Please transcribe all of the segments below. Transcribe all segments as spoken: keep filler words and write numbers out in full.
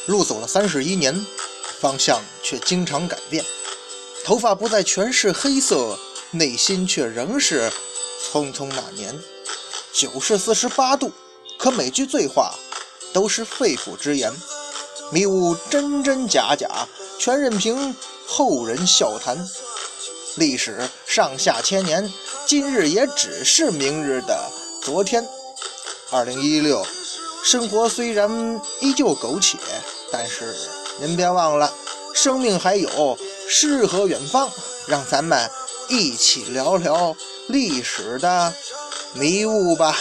路走了三十一年，方向却经常改变。头发不再全是黑色，内心却仍是匆匆那年。九是四十八度，可每句醉话都是肺腑之言。迷雾真真假假，全任凭后人笑谈。历史上下千年，今日也只是明日的昨天。二零一六，生活虽然依旧苟且，但是您别忘了，生命还有诗和远方。让咱们一起聊聊历史的迷雾吧。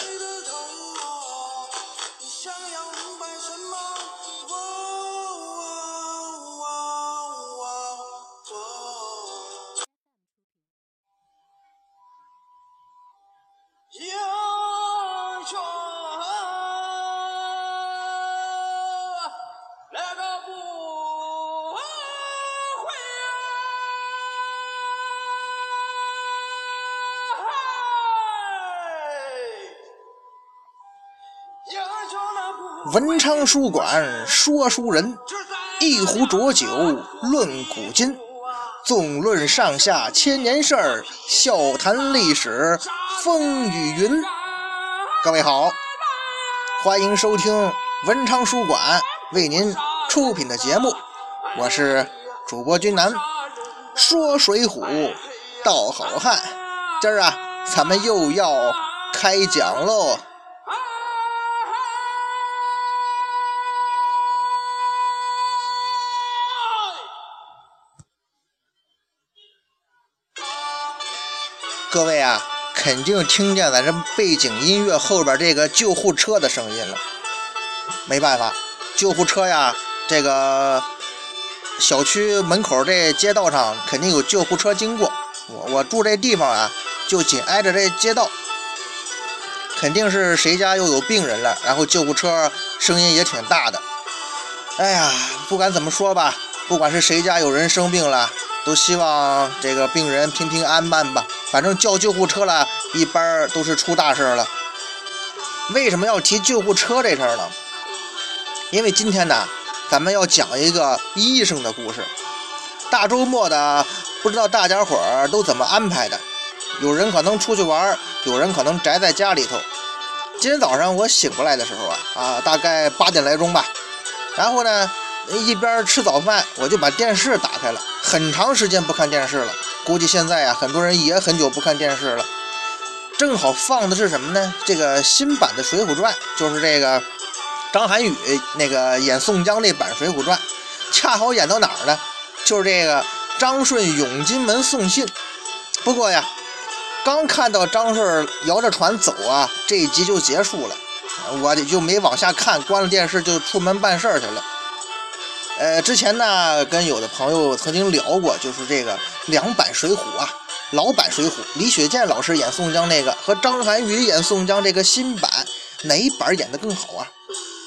文昌书馆说书人，一壶浊酒论古今，纵论上下千年事儿，笑谈历史风雨云。各位好，欢迎收听文昌书馆为您出品的节目，我是主播君南。说水浒道好汉，今儿啊咱们又要开讲喽。各位啊，肯定听见咱这背景音乐后边这个救护车的声音了。没办法，救护车呀，这个小区门口这街道上肯定有救护车经过。我我住这地方啊，就紧挨着这街道，肯定是谁家又有病人了，然后救护车声音也挺大的。哎呀，不管怎么说吧，不管是谁家有人生病了，都希望这个病人平平安安吧。反正叫救护车了，一般都是出大事了。为什么要提救护车这事儿呢？因为今天呢，咱们要讲一个医生的故事。大周末的，不知道大家伙儿都怎么安排的？有人可能出去玩，有人可能宅在家里头。今天早上我醒过来的时候啊，啊，大概八点来钟吧。然后呢，一边吃早饭，我就把电视打开了，很长时间不看电视了。估计现在啊，很多人也很久不看电视了。正好放的是什么呢？这个新版的《水浒传》，就是这个张涵予那个演宋江那版《水浒传》，恰好演到哪儿呢？就是这个张顺永金门送信。不过呀，刚看到张顺摇着船走啊，这一集就结束了，我就没往下看，关了电视就出门办事去了。呃，之前呢，跟有的朋友曾经聊过，就是这个两版水浒啊，老版水浒，李雪健老师演宋江那个和张涵予演宋江这个新版，哪一版演得更好啊？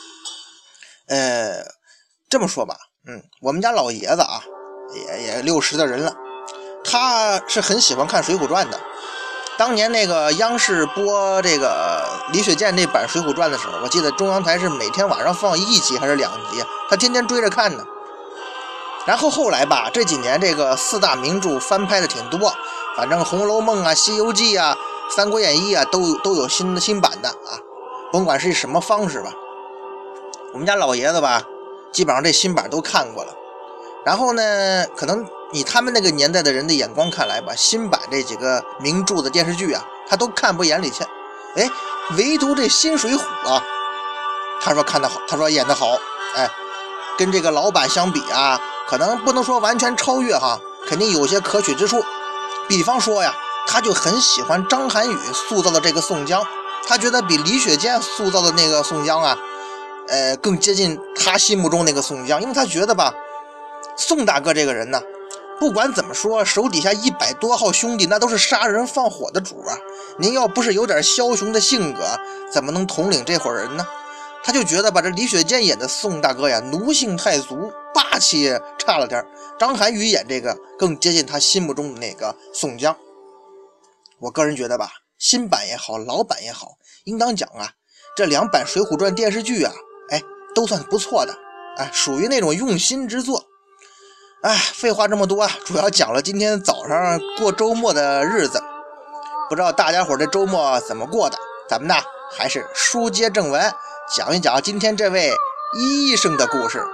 呃，这么说吧，嗯，我们家老爷子啊，也也六十的人了，他是很喜欢看《水浒传》的。当年那个央视播这个李雪健那版《水浒传》的时候，我记得中央台是每天晚上放一集还是两集，他天天追着看呢。然后后来吧，这几年这个四大名著翻拍的挺多，反正《红楼梦》啊、《西游记》啊、《三国演义》啊，都都有新的新版的啊，甭管是什么方式吧。我们家老爷子吧，基本上这新版都看过了。然后呢，可能以他们那个年代的人的眼光看来吧，新版这几个名著的电视剧啊，他都看不眼里去。哎，唯独这新水浒啊，他说看得好，他说演得好。哎，跟这个老版相比啊，可能不能说完全超越哈，肯定有些可取之处。比方说呀，他就很喜欢张涵予塑造的这个宋江，他觉得比李雪健塑造的那个宋江啊，呃，更接近他心目中那个宋江，因为他觉得吧，宋大哥这个人呢，不管怎么说，手底下一百多号兄弟那都是杀人放火的主啊！您要不是有点枭雄的性格，怎么能统领这伙人呢？他就觉得吧，这李雪健演的宋大哥呀，奴性太足，霸气差了点。张涵予演这个更接近他心目中的那个宋江。我个人觉得吧，新版也好，老版也好，应当讲啊，这两版《水浒传》电视剧啊，哎，都算不错的。 哎，属于那种用心之作。哎，废话这么多啊，主要讲了今天早上过周末的日子，不知道大家伙这周末怎么过的？咱们呢还是书接正文，讲一讲今天这位医生的故事。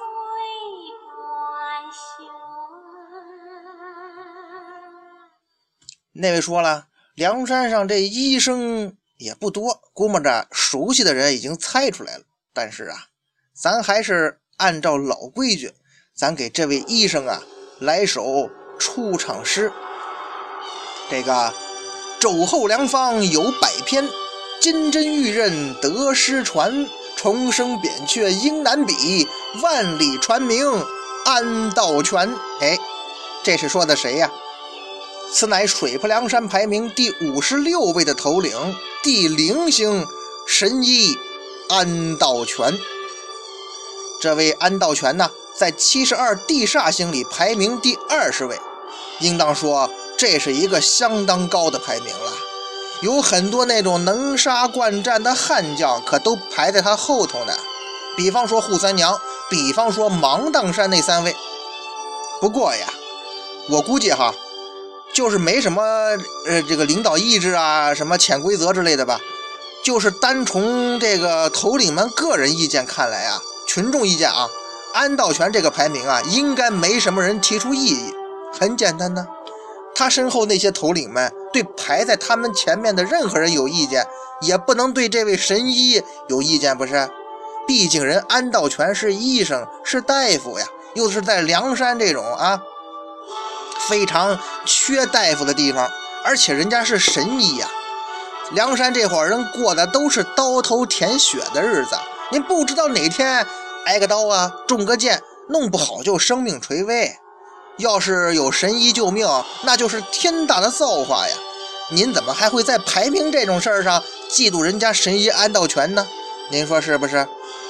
那位说了，梁山上这医生也不多，估摸着熟悉的人已经猜出来了。但是啊，咱还是按照老规矩，咱给这位医生啊来首出场诗。这个肘后良方有百篇，金针玉刃得失传，重生扁鹊应难比，万里传名安道全。哎，这是说的谁呀？此乃水泊梁山排名第五十六位的头领，地灵星神医安道全。这位安道全呢，在七十二地煞星里排名第二十位，应当说这是一个相当高的排名了。有很多那种能杀惯战的悍将可都排在他后头呢，比方说扈三娘，比方说芒砀山那三位。不过呀，我估计哈，就是没什么呃这个领导意志啊，什么潜规则之类的吧，就是单从这个头领们个人意见看来啊，群众意见啊，安道全这个排名啊，应该没什么人提出异议。很简单呢，他身后那些头领们对排在他们前面的任何人有意见，也不能对这位神医有意见，不是？毕竟人安道全是医生，是大夫呀，又是在梁山这种啊非常缺大夫的地方，而且人家是神医呀。梁山这伙人过的都是刀头舔血的日子，您不知道哪天挨个刀啊，中个箭，弄不好就生命垂危。要是有神医救命，那就是天大的造化呀！您怎么还会在排名这种事儿上嫉妒人家神医安道全呢？您说是不是？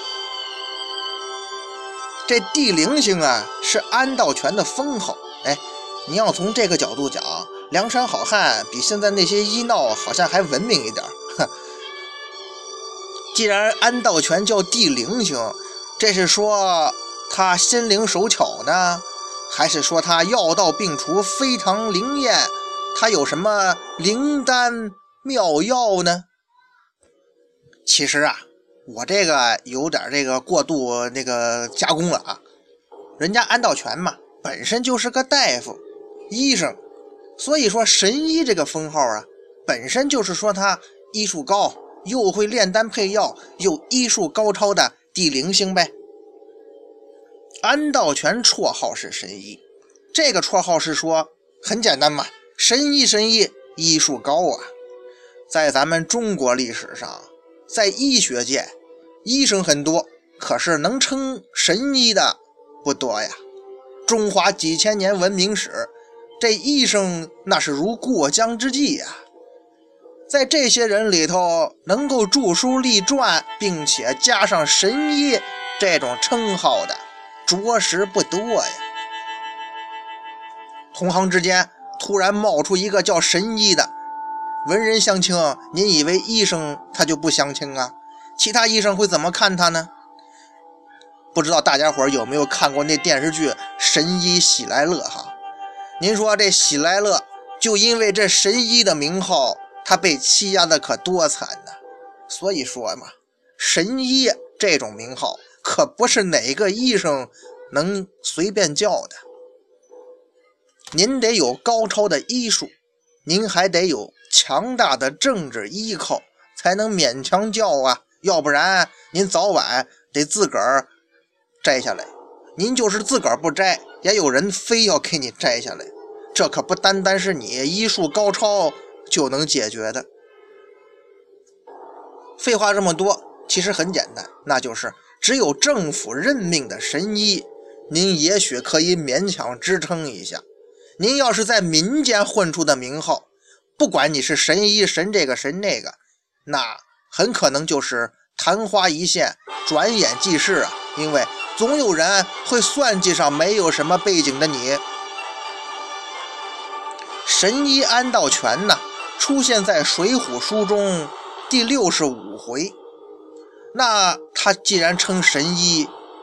这地灵星啊，是安道全的封号。哎，你要从这个角度讲，梁山好汉比现在那些医闹好像还文明一点。既然安道全叫地灵星，这是说他心灵手巧呢，还是说他药到病除，非常灵验？他有什么灵丹妙药呢？其实啊，我这个有点这个过度那个加工了啊。人家安道全嘛，本身就是个大夫医生，所以说神医这个封号啊，本身就是说他医术高，又会炼丹配药，又医术高超的地灵星呗。安道全绰号是神医，这个绰号是说很简单嘛，神医神医，医术高啊。在咱们中国历史上，在医学界，医生很多，可是能称神医的不多呀。中华几千年文明史，这医生那是如过江之鲫呀。在这些人里头，能够著书立传，并且加上神医这种称号的，着实不多呀。同行之间突然冒出一个叫神医的，文人相轻，您以为医生他就不相轻啊？其他医生会怎么看他呢？不知道大家伙有没有看过那电视剧《神医喜来乐》哈？您说这喜来乐就因为这神医的名号，他被欺压的可多惨呢。所以说嘛，神医这种名号可不是哪个医生能随便叫的。您得有高超的医术，您还得有强大的政治依靠，才能勉强叫啊，要不然您早晚得自个儿摘下来。您就是自个儿不摘，也有人非要给你摘下来，这可不单单是你医术高超就能解决的。废话这么多，其实很简单，那就是只有政府任命的神医，您也许可以勉强支撑一下。您要是在民间混出的名号，不管你是神医神这个神那个，那很可能就是昙花一现，转眼即逝啊！因为总有人会算计上没有什么背景的你。神医安道全呢，出现在《水浒》书中第六十五回。那他既然称神医，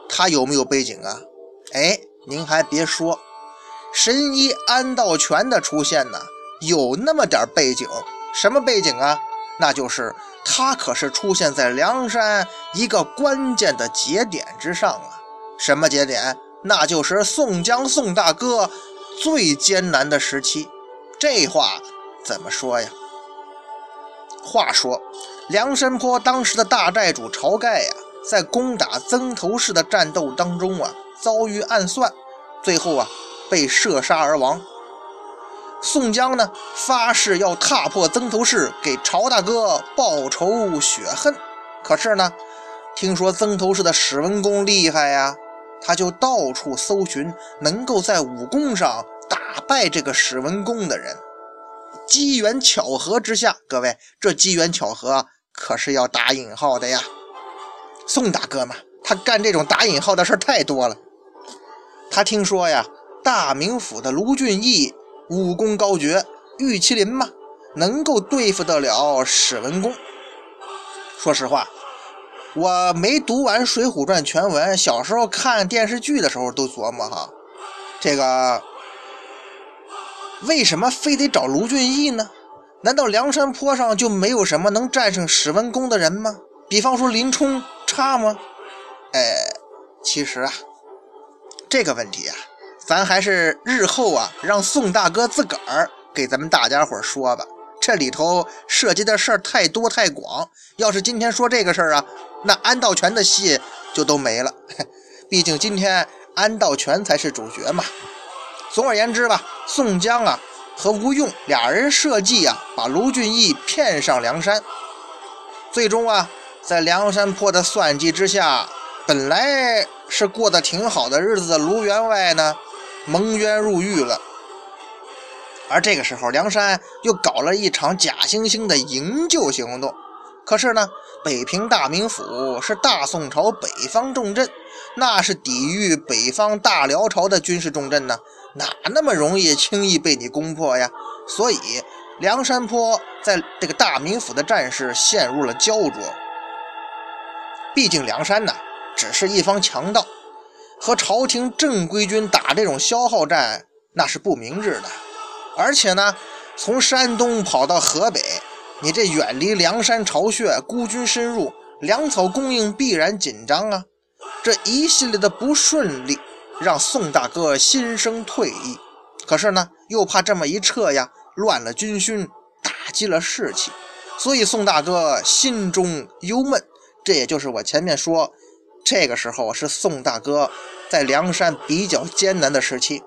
他有没有背景啊？哎，您还别说，神医安道全的出现呢，有那么点背景。什么背景啊？那就是他可是出现在梁山一个关键的节点之上啊。什么节点？那就是宋江宋大哥最艰难的时期。这话怎么说呀？话说梁山坡当时的大寨主晁盖呀、啊，在攻打曾头市的战斗当中啊，遭遇暗算，最后啊被射杀而亡。宋江呢发誓要踏破曾头市，给晁大哥报仇雪恨。可是呢，听说曾头市的史文恭厉害呀、啊，他就到处搜寻能够在武功上打败这个史文恭的人。机缘巧合之下，各位，这机缘巧合可是要打引号的呀。宋大哥嘛，他干这种打引号的事太多了。他听说呀，大名府的卢俊义武功高绝，玉麒麟嘛，能够对付得了史文恭。说实话，我没读完《水浒传》全文，小时候看电视剧的时候都琢磨哈，这个为什么非得找卢俊义呢？难道梁山坡上就没有什么能战胜史文恭的人吗？比方说林冲差吗？哎，其实啊，这个问题啊，咱还是日后啊，让宋大哥自个儿给咱们大家伙说吧。这里头涉及的事儿太多太广，要是今天说这个事儿啊，那安道全的戏就都没了。毕竟今天安道全才是主角嘛。总而言之吧，宋江啊和吴用俩人设计啊，把卢俊义骗上梁山。最终啊，在梁山坡的算计之下，本来是过得挺好的日子的卢员外呢，蒙冤入狱了。而这个时候，梁山又搞了一场假惺惺的营救行动。可是呢，北平大名府是大宋朝北方重镇，那是抵御北方大辽朝的军事重镇呢，哪那么容易轻易被你攻破呀？所以梁山坡在这个大名府的战事陷入了焦灼。毕竟梁山呢只是一方强盗，和朝廷正规军打这种消耗战那是不明智的。而且呢，从山东跑到河北，你这远离梁山巢穴，孤军深入，粮草供应必然紧张啊。这一系列的不顺利让宋大哥心生退意，可是呢又怕这么一撤呀，乱了军心，打击了士气，所以宋大哥心中忧闷。这也就是我前面说，这个时候是宋大哥在梁山比较艰难的时期。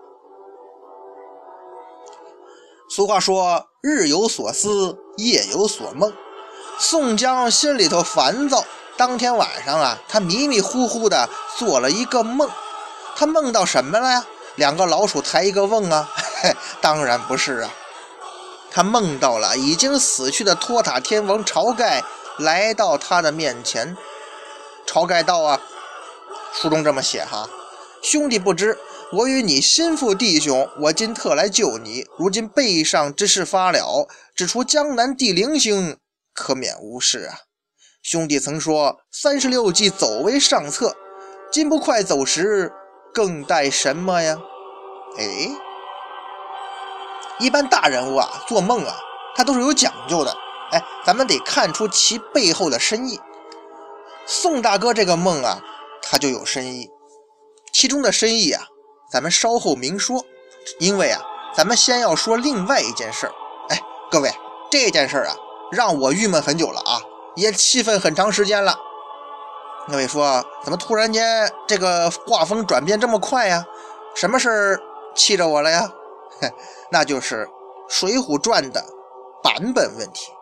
俗话说，日有所思，夜有所梦。宋江心里头烦躁，当天晚上啊，他迷迷糊糊的做了一个梦。他梦到什么了呀？两个老鼠抬一个瓮啊？嘿，当然不是啊。他梦到了已经死去的托塔天王晁盖来到他的面前。晁盖道啊，书中这么写哈，兄弟不知，我与你心腹弟兄，我今特来救你。如今背上之事发了，只除江南地灵星，可免无事啊。兄弟曾说三十六计走为上策，今不快走时，更待什么呀？哎，一般大人物啊做梦啊，他都是有讲究的。哎，咱们得看出其背后的深意。宋大哥这个梦啊，他就有深意，其中的深意啊，咱们稍后明说。因为啊，咱们先要说另外一件事儿。哎，各位，这件事儿啊，让我郁闷很久了啊，也气愤很长时间了。各位说，怎么突然间这个画风转变这么快呀？什么事儿气着我了呀？那就是《水浒传》的版本问题。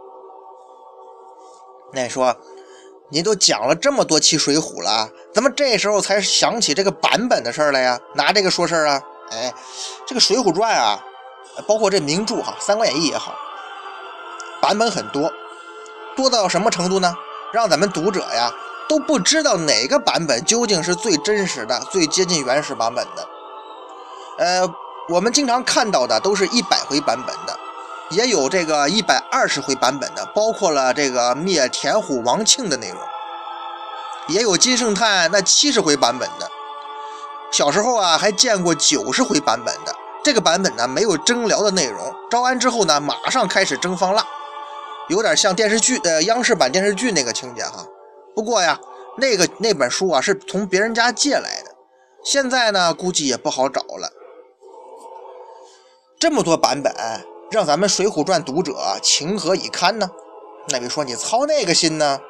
那你说，您都讲了这么多期水浒了，怎么这时候才想起这个版本的事儿了呀？拿这个说事儿啊？哎，这个水浒传啊，包括这名著哈，三国演义也好，版本很多，多到什么程度呢？让咱们读者呀都不知道哪个版本究竟是最真实的，最接近原始版本的。呃，我们经常看到的都是一百回版本的，也有这个一百二十回版本的，包括了这个灭田虎王庆的内容。 也有金圣叹那七十回版本的。小时候啊，还见过九十回版本的。这个版本呢，没有征聊的内容，招安之后呢，马上开始征方腊，有点像电视剧呃央视版电视剧那个情节哈。不过呀，那个那本书啊是从别人家借来的，现在呢估计也不好找了。这么多版本，让咱们《水浒传》读者情何以堪呢？那你说你操那个心呢？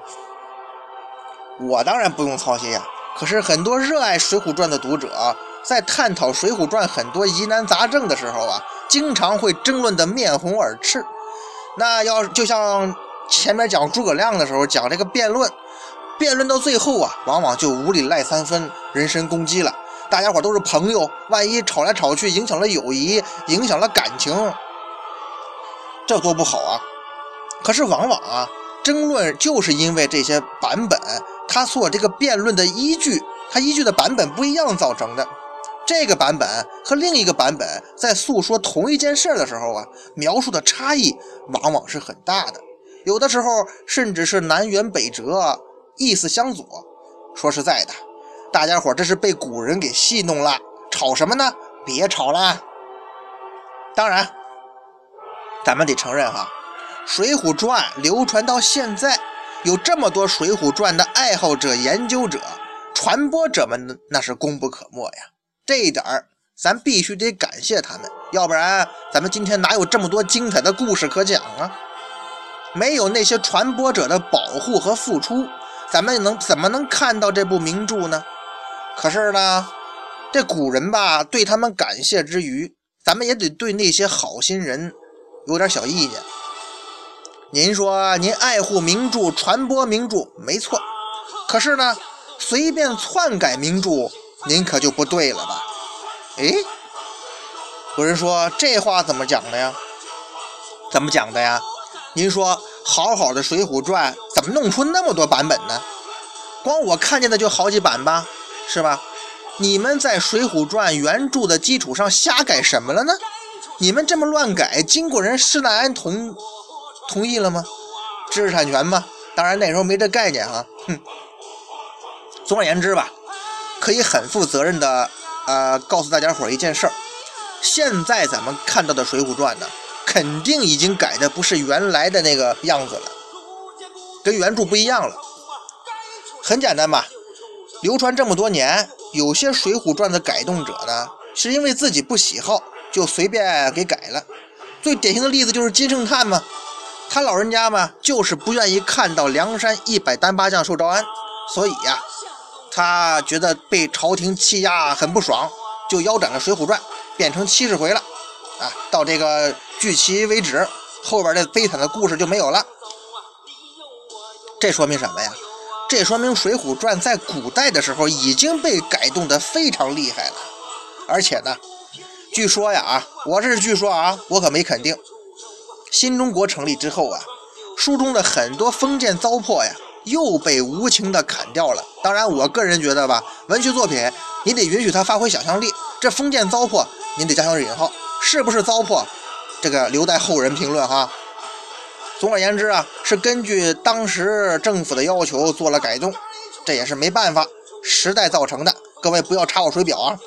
我当然不用操心呀、啊，可是很多热爱《水浒传》的读者，在探讨《水浒传》很多疑难杂症的时候啊，经常会争论得面红耳赤。那要就像前面讲诸葛亮的时候讲这个辩论，辩论到最后啊，往往就无理赖三分，人身攻击了。大家伙都是朋友，万一吵来吵去，影响了友谊，影响了感情，这多不好啊！可是往往啊，争论就是因为这些版本，他做这个辩论的依据，他依据的版本不一样造成的。这个版本和另一个版本在诉说同一件事的时候啊，描述的差异往往是很大的，有的时候甚至是南辕北辙，意思相左。说实在的，大家伙这是被古人给戏弄了，吵什么呢？别吵啦！当然，咱们得承认哈，《水浒传》流传到现在，有这么多《水浒传》的爱好者、研究者、传播者们，那是功不可没呀。这一点儿，咱必须得感谢他们，要不然咱们今天哪有这么多精彩的故事可讲啊？没有那些传播者的保护和付出，咱们能怎么能看到这部名著呢？可是呢，这古人吧，对他们感谢之余，咱们也得对那些好心人有点小意见。您说您爱护名著、传播名著没错，可是呢，随便篡改名著，您可就不对了吧？诶，有人说这话怎么讲的呀？怎么讲的呀？您说好好的《水浒传》怎么弄出那么多版本呢？光我看见的就好几版吧，是吧？你们在《水浒传》原著的基础上瞎改什么了呢？你们这么乱改，经过人施耐庵同同意了吗？知识产权吗？当然那时候没这概念啊。哼。总而言之吧，可以很负责任的呃告诉大家伙一件事儿，现在咱们看到的《水浒传》呢，肯定已经改的不是原来的那个样子了，跟原著不一样了。很简单吧，流传这么多年，有些《水浒传》的改动者呢，是因为自己不喜好，就随便给改了。最典型的例子就是金圣叹嘛，他老人家嘛，就是不愿意看到梁山一百单八将受招安，所以呀、啊，他觉得被朝廷欺压很不爽，就腰斩了《水浒传》，变成七十回了啊，到这个剧期为止，后边这悲惨的故事就没有了。这说明什么呀？这说明《水浒传》在古代的时候已经被改动得非常厉害了。而且呢，据说呀啊，我这是据说啊，我可没肯定。新中国成立之后啊，书中的很多封建糟粕呀，又被无情的砍掉了。当然，我个人觉得吧，文学作品你得允许它发挥想象力，这封建糟粕您得加上引号，是不是糟粕？这个留待后人评论哈。总而言之啊，是根据当时政府的要求做了改动，这也是没办法，时代造成的。各位不要插我水表啊。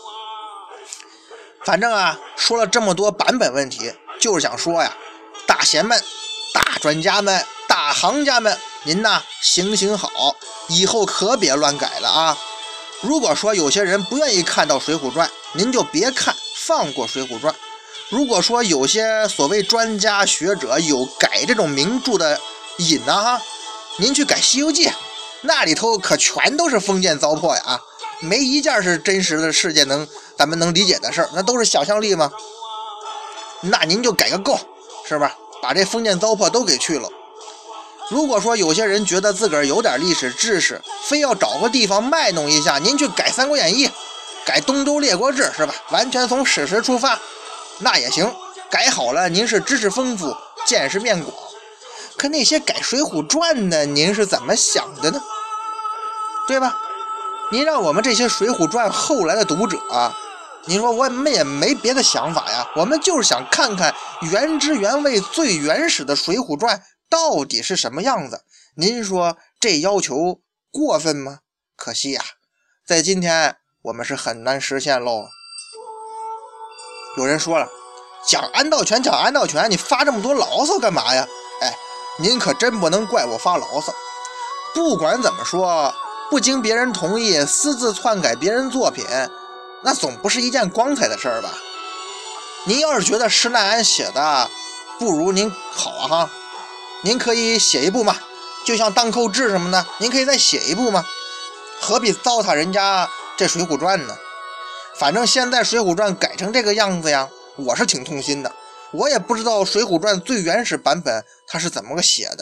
反正啊，说了这么多版本问题，就是想说呀，大贤们、大专家们、大行家们，您呐行行好，以后可别乱改了啊。如果说有些人不愿意看到《水浒传》，您就别看，放过《水浒传》。如果说有些所谓专家学者有改这种名著的瘾啊哈，您去改《西游记》，那里头可全都是封建糟粕呀啊，没一件是真实的世界能咱们能理解的事儿，那都是想象力吗？那您就改个够，是吧？把这封建糟粕都给去了。如果说有些人觉得自个儿有点历史知识，非要找个地方卖弄一下，您去改《三国演义》，改《东周列国志》，是吧？完全从史实出发，那也行。改好了，您是知识丰富，见识面广。可那些改《水浒传》的，您是怎么想的呢？对吧？您让我们这些《水浒传》后来的读者啊，您说我们也没别的想法呀，我们就是想看看原汁原味、最原始的《水浒传》到底是什么样子。您说这要求过分吗？可惜呀、啊，在今天我们是很难实现喽。有人说了，讲安道全讲安道全，你发这么多牢骚干嘛呀？哎，您可真不能怪我发牢骚。不管怎么说，不经别人同意私自篡改别人作品，那总不是一件光彩的事儿吧？您要是觉得施耐庵写的不如您好啊哈，您可以写一部嘛，就像荡寇志什么的，您可以再写一部嘛，何必糟蹋人家这水浒传呢？反正现在水浒传改成这个样子呀，我是挺痛心的。我也不知道水浒传最原始版本它是怎么个写的。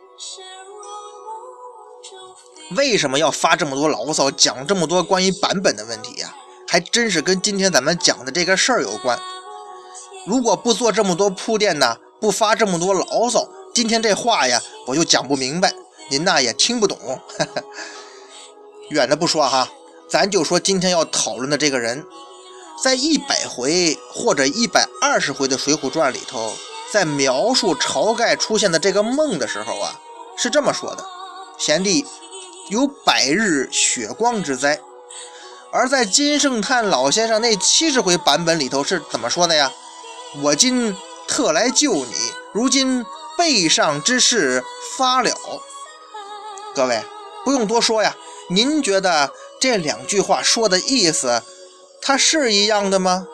为什么要发这么多牢骚，讲这么多关于版本的问题呀？还真是跟今天咱们讲的这个事儿有关。如果不做这么多铺垫呢，不发这么多牢骚，今天这话呀我就讲不明白，您呐也听不懂。呵呵，远的不说哈，咱就说今天要讨论的这个人，在一百回或者一百二十回的水浒传里头，在描述晁盖出现的这个梦的时候啊，是这么说的：贤弟有百日血光之灾。而在金圣叹老先生那七十回版本里头是怎么说的呀？我今特来救你，如今背上之事发了。各位不用多说呀，您觉得这两句话说的意思它是一样的吗？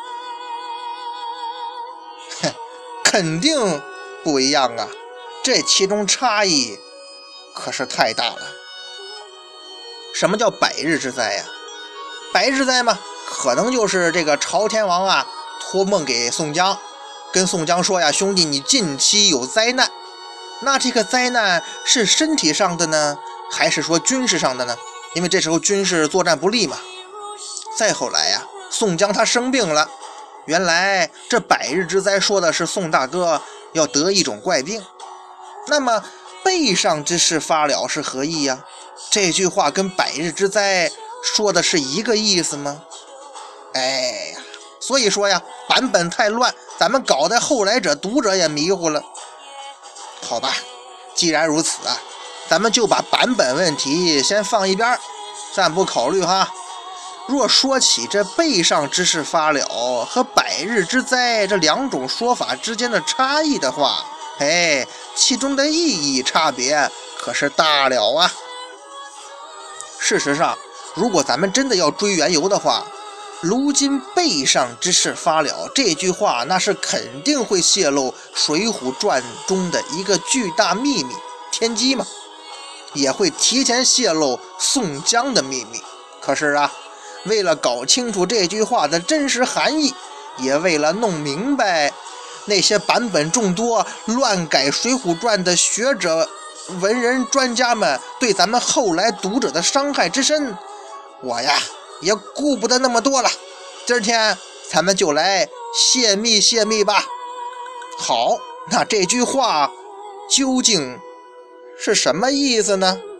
肯定不一样啊，这其中差异可是太大了。什么叫百日之灾呀？百日之灾嘛，可能就是这个朝天王啊托梦给宋江，跟宋江说呀，兄弟你近期有灾难。那这个灾难是身体上的呢，还是说军事上的呢？因为这时候军事作战不利嘛。再后来呀，宋江他生病了，原来这百日之灾说的是宋大哥要得一种怪病。那么背上之事发了是何意呀？这句话跟百日之灾说的是一个意思吗？哎呀，所以说呀，版本太乱，咱们搞得后来者读者也迷糊了。好吧，既然如此啊，咱们就把版本问题先放一边，暂不考虑哈。若说起这背上之事发了和百日之灾这两种说法之间的差异的话，哎，其中的意义差别可是大了啊。事实上，如果咱们真的要追缘由的话，如今背上之事发了这句话，那是肯定会泄露水浒传中的一个巨大秘密，天机嘛，也会提前泄露宋江的秘密。可是啊，为了搞清楚这句话的真实含义，也为了弄明白那些版本众多乱改水浒传的学者文人专家们对咱们后来读者的伤害之深，我呀也顾不得那么多了。今天咱们就来泄密泄密吧。好，那这句话究竟是什么意思呢？